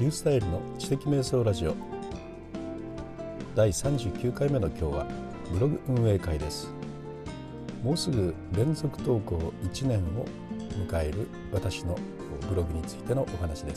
リュースタイルの知的瞑想ラジオ第39回目の今日はブログ運営会です。もうすぐ連続投稿1年を迎える私のブログについてのお話です。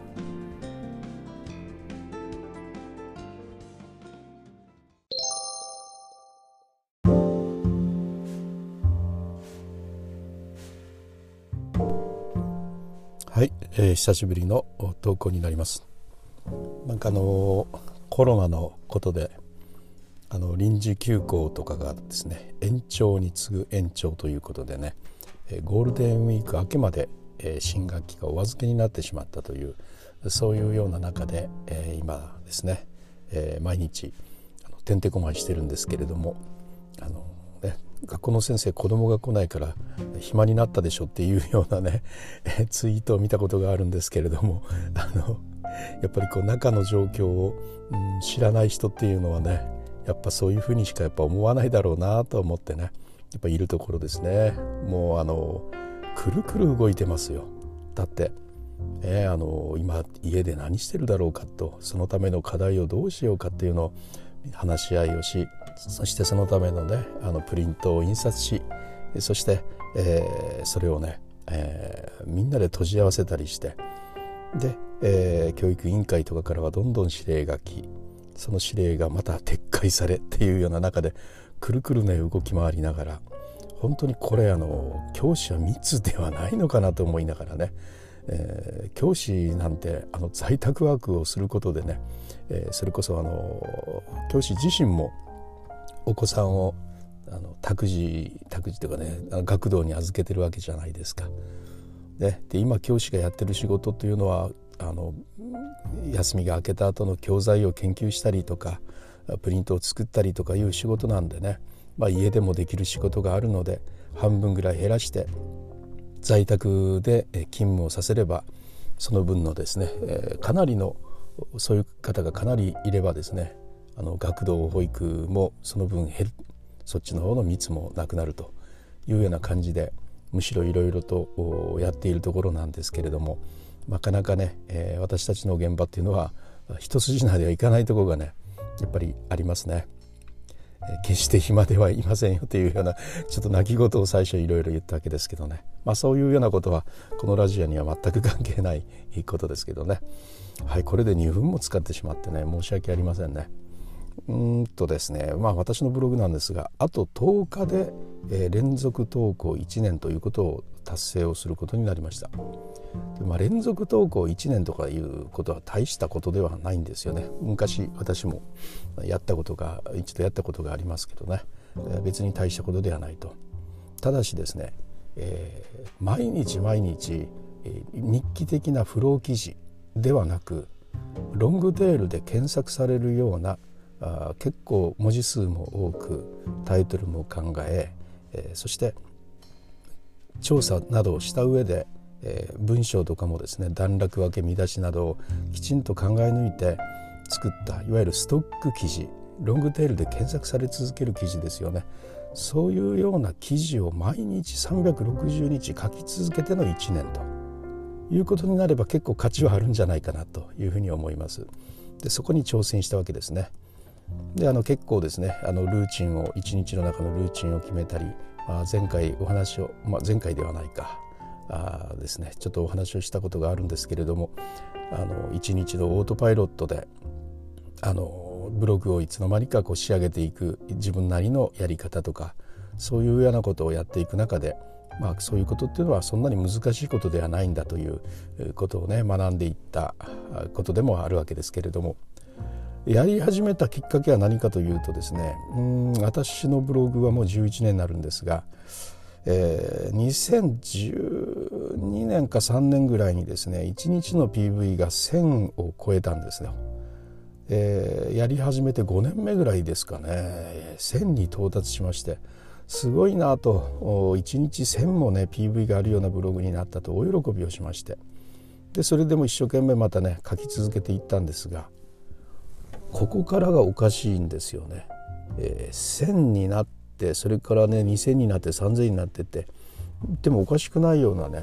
はい、久しぶりの投稿になります。コロナのことで臨時休校とかがですね、延長に次ぐ延長ということでね、ゴールデンウィーク明けまで新学期がお預けになってしまったという、そういうような中で今ですね、毎日てんてこまいしてるんですけれども、学校の先生、子供が来ないから暇になったでしょっていうようなねツイートを見たことがあるんですけれども、やっぱり中の状況を、知らない人っていうのはね、やっぱそういうふうにしかやっぱ思わないだろうなと思ってね、やっぱいるところですね。もうくるくる動いてますよ。だって今家で何してるだろうかと、そのための課題をどうしようかっていうのを話し合いをし、そしてそのためのねプリントを印刷し、そして、それをね、みんなで閉じ合わせたりして、で、教育委員会とかからはどんどん指令が来、その指令がまた撤回されっていうような中でくるくるね動き回りながら、本当にこれ教師は密ではないのかなと思いながらね、教師なんて在宅ワークをすることでね、それこそ教師自身もお子さんを託児というかね、学童に預けてるわけじゃないですか。で今教師がやってる仕事というのは休みが明けた後の教材を研究したりとか、プリントを作ったりとかいう仕事なんでね、家でもできる仕事があるので半分ぐらい減らして在宅で勤務をさせれば、その分のですね、かなりのそういう方がかなりいればですね、学童保育もその分減る、そっちの方の密もなくなるというような感じで、むしろいろいろとやっているところなんですけれども、なかなかね、私たちの現場っていうのは一筋縄ではいかないところがねやっぱりありますね。決して暇ではいませんよというようなちょっと泣き言を最初いろいろ言ったわけですけどね、そういうようなことはこのラジオには全く関係ないことですけどね。はい、これで2分も使ってしまってね、申し訳ありませんね。ですね、私のブログなんですが、あと10日で、連続投稿1年ということを達成をすることになりました。連続投稿1年とかいうことは大したことではないんですよね。昔私も一度やったことがありますけどね、別に大したことではないと。ただしですね、毎日日記的なフロー記事ではなく、ロングテールで検索されるような結構文字数も多く、タイトルも考え、そして調査などをした上で、文章とかもですね、段落分け見出しなどをきちんと考え抜いて作った、いわゆるストック記事、ロングテールで検索され続ける記事ですよね。そういうような記事を毎日360日書き続けての1年ということになれば、結構価値はあるんじゃないかなというふうに思います。でそこに挑戦したわけですね。で結構ですね、ルーチンを、1日の中のルーチンを決めたり、前回お話を、前回ではないかですね、ちょっとお話をしたことがあるんですけれども、1日のオートパイロットでブログをいつの間にか仕上げていく自分なりのやり方とか、そういうようなことをやっていく中で、そういうことっていうのはそんなに難しいことではないんだということをね学んでいったことでもあるわけですけれども、やり始めたきっかけは何かというとですね、私のブログはもう11年になるんですが、2012年か3年ぐらいにですね、1日の PV が1000を超えたんですよ。やり始めて5年目ぐらいですかね、1000に到達しまして、すごいなと、1日1000もね PV があるようなブログになったと大喜びをしまして、でそれでも一生懸命またね書き続けていったんですが、ここからがおかしいんですよね。1000になって、それからね2000になって3000になってって言ってもおかしくないようなね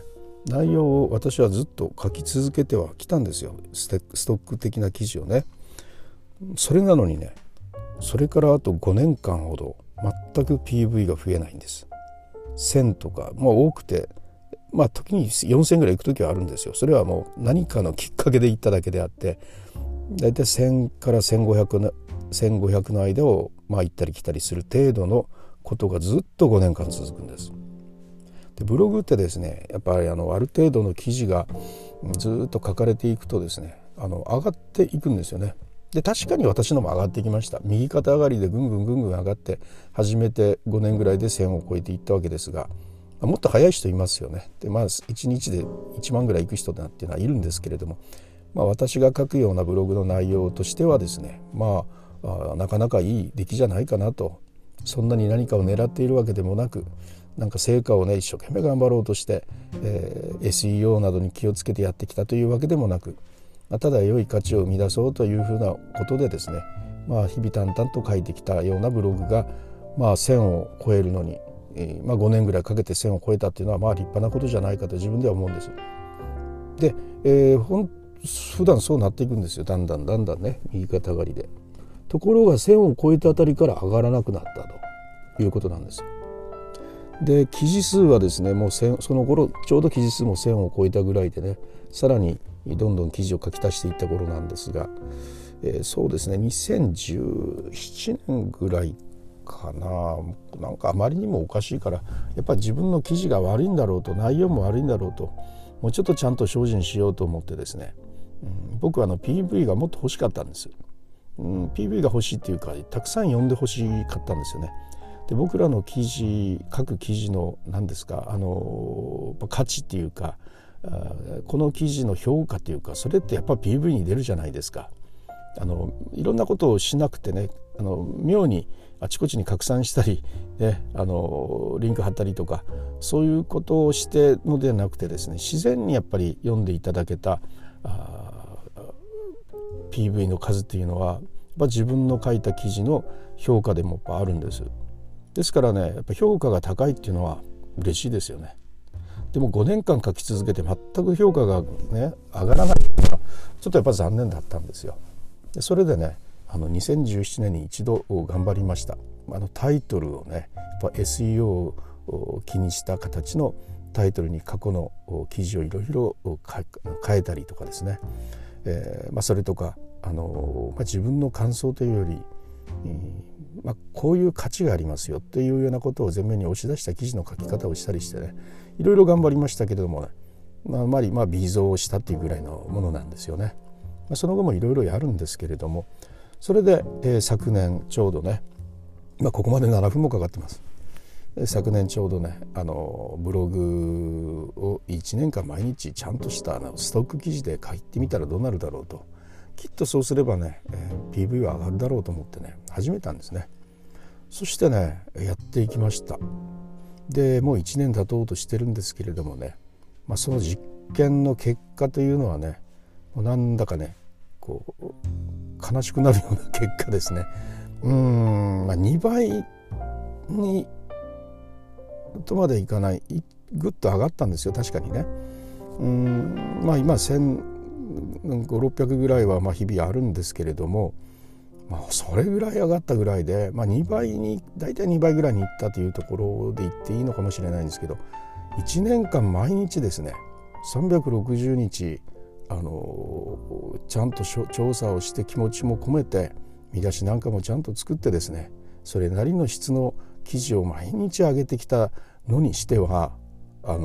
内容を私はずっと書き続けてはきたんですよ、ストック的な記事をね。それなのにね、それからあと5年間ほど全く PV が増えないんです。1000とか、多くて時に4000ぐらい行く時はあるんですよ。それはもう何かのきっかけで行っただけであって、だいたい1000から1500の間を行ったり来たりする程度のことがずっと5年間続くんです。でブログってですね、やっぱりある程度の記事がずっと書かれていくとですね、上がっていくんですよね。で確かに私のも上がってきました。右肩上がりでぐんぐん上がって、初めて5年ぐらいで1000を超えていったわけですが、もっと早い人いますよね。で1日で1万ぐらいいく人っていうのはいるんですけれども、私が書くようなブログの内容としてはですね、なかなかいい出来じゃないかなと。そんなに何かを狙っているわけでもなく、なんか成果をね一生懸命頑張ろうとして、SEO などに気をつけてやってきたというわけでもなく、ただ良い価値を生み出そうというふうなことでですね、日々淡々と書いてきたようなブログが、1000を超えるのに、5年ぐらいかけて1000を超えたっていうのは立派なことじゃないかと自分では思うんです。で、普段そうなっていくんですよ。だんだんね、右肩上がりで。ところが1000を超えたあたりから上がらなくなったということなんです。で記事数はですね、もうその頃ちょうど記事数も1000を超えたぐらいでね、さらにどんどん記事を書き足していった頃なんですが、そうですね、2017年ぐらいかな。なんかあまりにもおかしいから、やっぱり自分の記事が悪いんだろうと、内容も悪いんだろうと、もうちょっとちゃんと精進しようと思ってですね、僕はPV がもっと欲しかったんです。PV が欲しいっていうか、たくさん読んで欲しかったんですよね。で僕らの記事、各記事の何ですか、価値っていうか、この記事の評価っていうか、それってやっぱ PV に出るじゃないですか。いろんなことをしなくてね、妙にあちこちに拡散したり、ね、リンク貼ったりとか、そういうことをしてのではなくてですね、自然にやっぱり読んでいただけたPV の数っていうのは、自分の書いた記事の評価でもあるんです。ですからね、やっぱ評価が高いっていうのは嬉しいですよね。でも5年間書き続けて全く評価がね上がらないのはちょっとやっぱ残念だったんですよ。でそれでね、2017年に一度頑張りました。タイトルをね、やっぱ SEO を気にした形のタイトルに過去の記事をいろいろ変えたりとかですね、それとか自分の感想というより、こういう価値がありますよっていうようなことを前面に押し出した記事の書き方をしたりしてね、いろいろ頑張りましたけれどもね、あまり微増をしたっていうぐらいのものなんですよね。その後もいろいろやるんですけれども、それで、昨年ちょうどね、ここまで7分もかかってます。昨年ちょうどね、ブログを1年間毎日ちゃんとしたストック記事で書いてみたらどうなるだろうと、きっとそうすればね、PV は上がるだろうと思ってね始めたんですね。そしてねやっていきました。でもう1年経とうとしてるんですけれどもね、その実験の結果というのはね、なんだかねこう悲しくなるような結果ですね。2倍にとまでいかない、ぐっと上がったんですよ。確かにね。今1500-600ぐらいは日々あるんですけれども、それぐらい上がったぐらいで、2倍に大体2倍ぐらいにいったというところで言っていいのかもしれないんですけど、1年間毎日ですね360日ちゃんと調査をして気持ちも込めて見出しなんかもちゃんと作ってですね、それなりの質の記事を毎日上げてきたのにしてはあ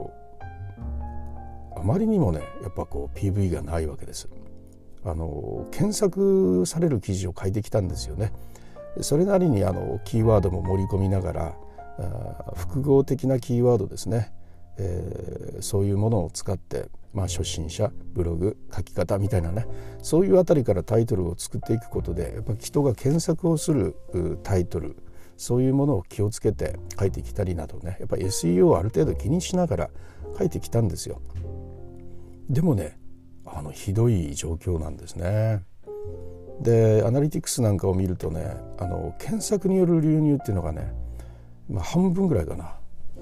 まりにもねやっぱPV がないわけです。検索される記事を書いてきたんですよね。それなりにキーワードも盛り込みながら複合的なキーワードですね、そういうものを使って、初心者ブログ書き方みたいなね、そういうあたりからタイトルを作っていくことで、やっぱ人が検索をするタイトル、そういうものを気をつけて書いてきたりなどね、やっぱり SEO をある程度気にしながら書いてきたんですよ。でもねひどい状況なんですね。でアナリティクスなんかを見るとね、検索による流入っていうのがね、半分ぐらいかな、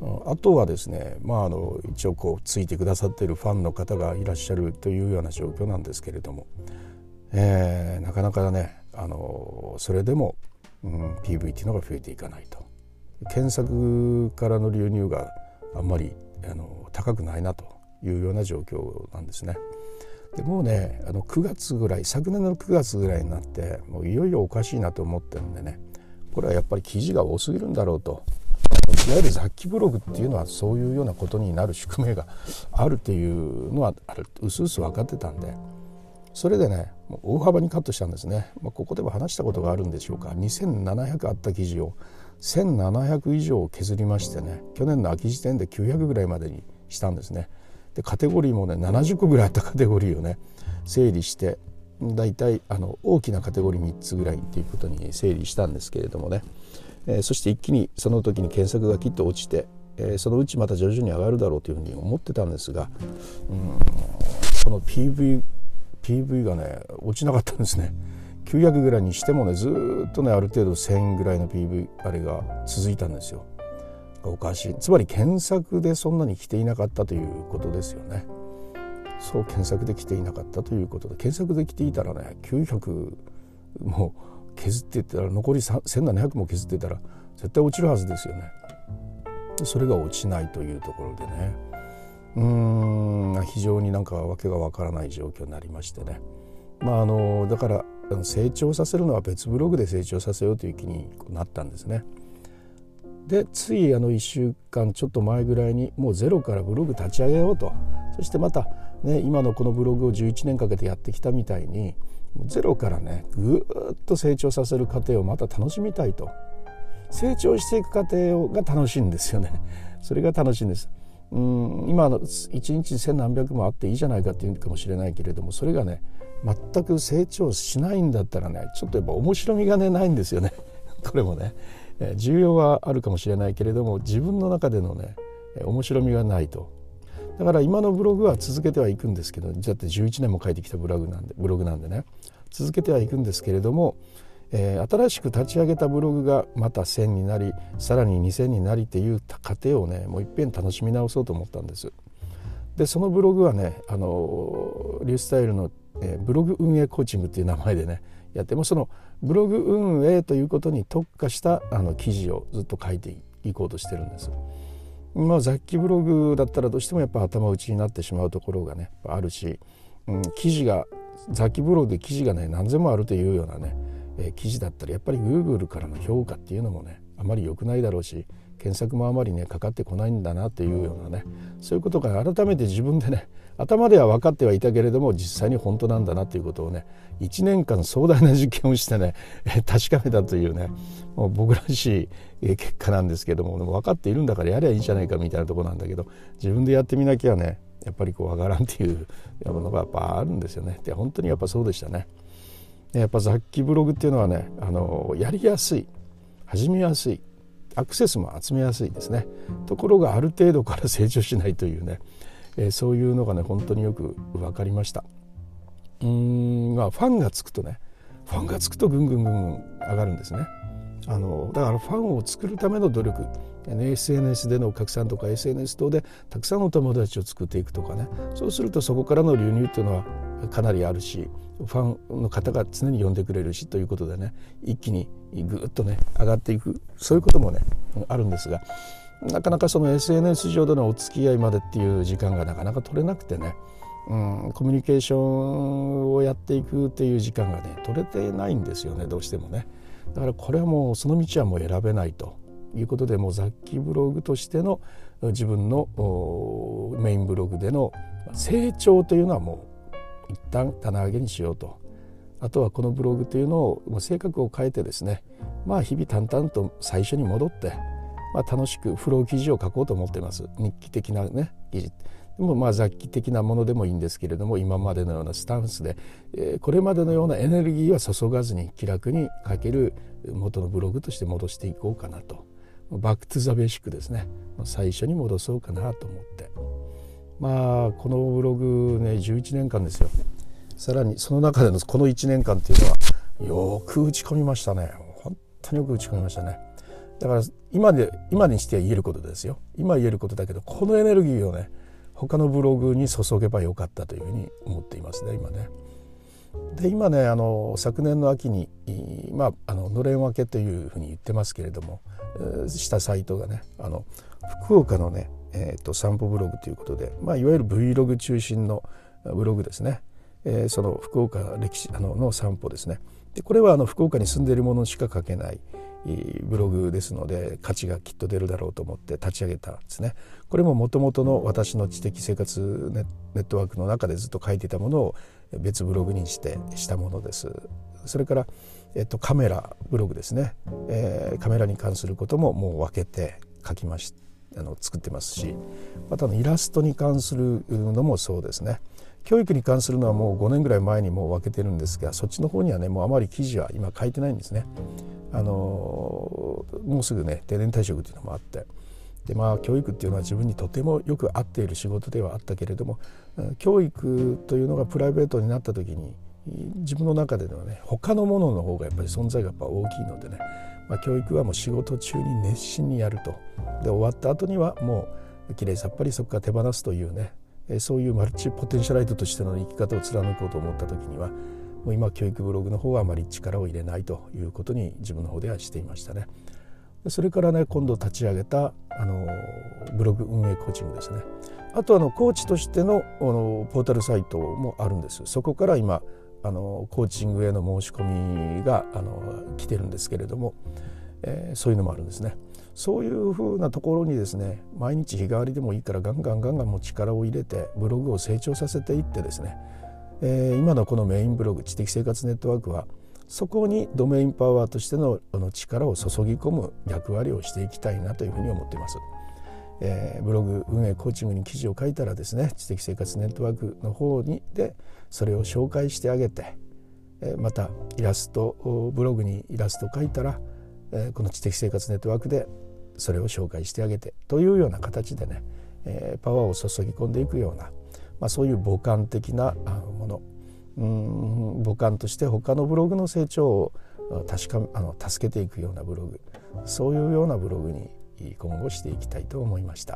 あとはですね、一応こうついてくださっているファンの方がいらっしゃるというような状況なんですけれども、なかなかねそれでも、PV っていうのが増えていかないと、検索からの流入があんまり高くないなというような状況なんですね。でもうね9月ぐらい、昨年の9月ぐらいになってもういよいよおかしいなと思ってるんでね、これはやっぱり記事が多すぎるんだろうと。いわゆる雑記ブログっていうのはそういうようなことになる宿命があるっていうのはうすうす分かってたんで、それでねもう大幅にカットしたんですね。ここでも話したことがあるんでしょうか。2700あった記事を1700以上削りましてね、去年の秋時点で900ぐらいまでにしたんですね。でカテゴリーもね70個ぐらいあったカテゴリーをね整理して、だいたい大きなカテゴリー3つぐらいっていうことに整理したんですけれどもね、そして一気にその時に検索がきっと落ちて、そのうちまた徐々に上がるだろうというふうに思ってたんですが、この PV がね落ちなかったんですね。900ぐらいにしてもねずっとねある程度1000ぐらいの PV あれが続いたんですよ。おかしい。つまり検索でそんなに来ていなかったということですよね。そう検索で来ていなかったということで、検索で来ていたらね900も削っていったら残り1700も削っていたら絶対落ちるはずですよね。それが落ちないというところでね、非常になんか訳がわからない状況になりましてね、だから成長させるのは別ブログで成長させようという気になったんですね。でつい1週間ちょっと前ぐらいにもうゼロからブログ立ち上げようと、そしてまたね今のこのブログを11年かけてやってきたみたいにゼロからねぐーっと成長させる過程をまた楽しみたいと。成長していく過程が楽しいんですよね。それが楽しいんです。今の1日千何百もあっていいじゃないかっていうかもしれないけれども、それがね全く成長しないんだったらねちょっとやっぱ面白みがねないんですよね。これもね重要はあるかもしれないけれども自分の中でのね面白みがないと。だから今のブログは続けてはいくんですけど、だって11年も書いてきたブログなんでね続けてはいくんですけれども、新しく立ち上げたブログがまた1000になりさらに2000になりっていう過程をねもう一遍楽しみ直そうと思ったんです。でそのブログはねリュースタイルの、ブログ運営コーチングっていう名前でねやって、もそのブログ運営ということに特化した記事をずっと書いていこうとしてるんです。雑記ブログだったらどうしてもやっぱ頭打ちになってしまうところがねあるし、記事が雑記ブログで記事がね何千もあるというようなね、記事だったらやっぱり Google からの評価っていうのもねあまり良くないだろうし、検索もあまりねかかってこないんだなというようなね、そういうことが改めて自分でね頭では分かってはいたけれども実際に本当なんだなということをね1年間壮大な実験をしてね確かめたというね、もう僕らしい結果なんですけども、でも分かっているんだからやりゃいいんじゃないかみたいなところなんだけど、自分でやってみなきゃねやっぱりこう分からんっていうのがやっぱあるんですよね。で本当にやっぱそうでしたね。やっぱ雑記ブログっていうのはねやりやすい、始めやすい、アクセスも集めやすいですね。ところがある程度から成長しないというね、そういうのがね本当によく分かりました。ファンがつくとぐんぐん上がるんですね。だからファンを作るための努力、SNS での拡散とか SNS 等でたくさんの友達を作っていくとかね、そうするとそこからの流入っていうのはかなりあるし、ファンの方が常に呼んでくれるしということでね一気にぐっとね上がっていく、そういうこともねあるんですが、なかなかその SNS 上でのお付き合いまでっていう時間がなかなか取れなくてね、コミュニケーションをやっていくっていう時間がね取れてないんですよね、どうしてもね。だからこれはもうその道はもう選べないということで、もう雑記ブログとしての自分のメインブログでの成長というのはもう一旦棚上げにしようと。あとはこのブログというのを性格を変えてですね、日々淡々と最初に戻って、楽しくフロー記事を書こうと思っています。日記的なね記事でも雑記的なものでもいいんですけれども、今までのようなスタンスで、これまでのようなエネルギーは注がずに気楽に書ける元のブログとして戻していこうかなと。バックトゥザベーシックですね、最初に戻そうかなと思って、このブログね11年間ですよ。さらにその中でのこの1年間っていうのはよく打ち込みましたね。本当によく打ち込みましたね。 だから今にして言えることですよ。今言えることだけど、このエネルギーをね他のブログに注げばよかったというふうに思っていますね今ね。で今ね昨年の秋にのれん分けというふうに言ってますけれども、したサイトがね福岡のね、散歩ブログということで、いわゆる Vlog 中心のブログですね。その福岡歴史の散歩ですね。でこれは福岡に住んでいるものしか書けないブログですので、価値がきっと出るだろうと思って立ち上げたんですね。これももともとの私の知的生活ネットワークの中でずっと書いていたものを別ブログにしたものです。それから、カメラブログですね、カメラに関することももう分けて書きまし作ってますし、またイラストに関するのもそうですね。教育に関するのはもう5年ぐらい前にもう分けてるんですが、そっちの方にはねもうあまり記事は今書いてないんですね。もうすぐね定年退職というのもあって、で教育っていうのは自分にとてもよく合っている仕事ではあったけれども、教育というのがプライベートになった時に自分の中ではね他のものの方がやっぱり存在がやっぱ大きいのでね、教育はもう仕事中に熱心にやると。で終わった後にはもうきれいさっぱりそこから手放すというね、そういうマルチポテンシャライトとしての生き方を貫こうと思った時には、もう今教育ブログの方はあまり力を入れないということに自分の方ではしていましたね。それからね今度立ち上げたブログ運営コーチングですね。あとコーチとしてのポータルサイトもあるんです。そこから今コーチングへの申し込みが来てるんですけれども、そういうのもあるんですね。そういうふうなところにですね、毎日日替わりでもいいからガンガンもう力を入れてブログを成長させていってですね、今のこのメインブログ知的生活ネットワークはそこにドメインパワーとしての力を注ぎ込む役割をしていきたいなというふうに思っています。ブログ運営コーチングに記事を書いたらですね、知的生活ネットワークの方でそれを紹介してあげて、またイラストブログにイラストを書いたらこの知的生活ネットワークでそれを紹介してあげてというような形でね、パワーを注ぎ込んでいくような、そういう母艦的なもの、母艦として他のブログの成長を助けていくようなブログ、そういうようなブログに今後していきたいと思いました。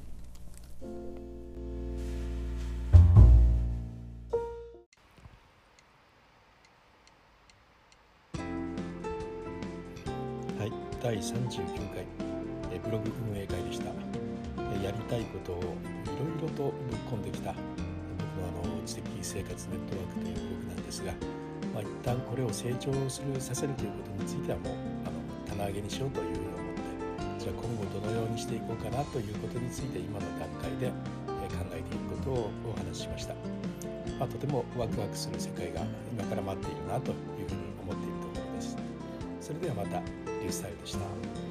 はい、第39回ブログ運営会でした。やりたいことをいろいろとぶっ込んできた僕の知的生活ネットワークというブログなんですが、一旦これを成長させるということについてはもう棚上げにしようというふうに思って、じゃあ今後どのようにしていこうかなということについて今の段階で考えていくことをお話ししました。とてもワクワクする世界が今から待っているなというふうに思っているところです。それではまた、リュースタイルでした。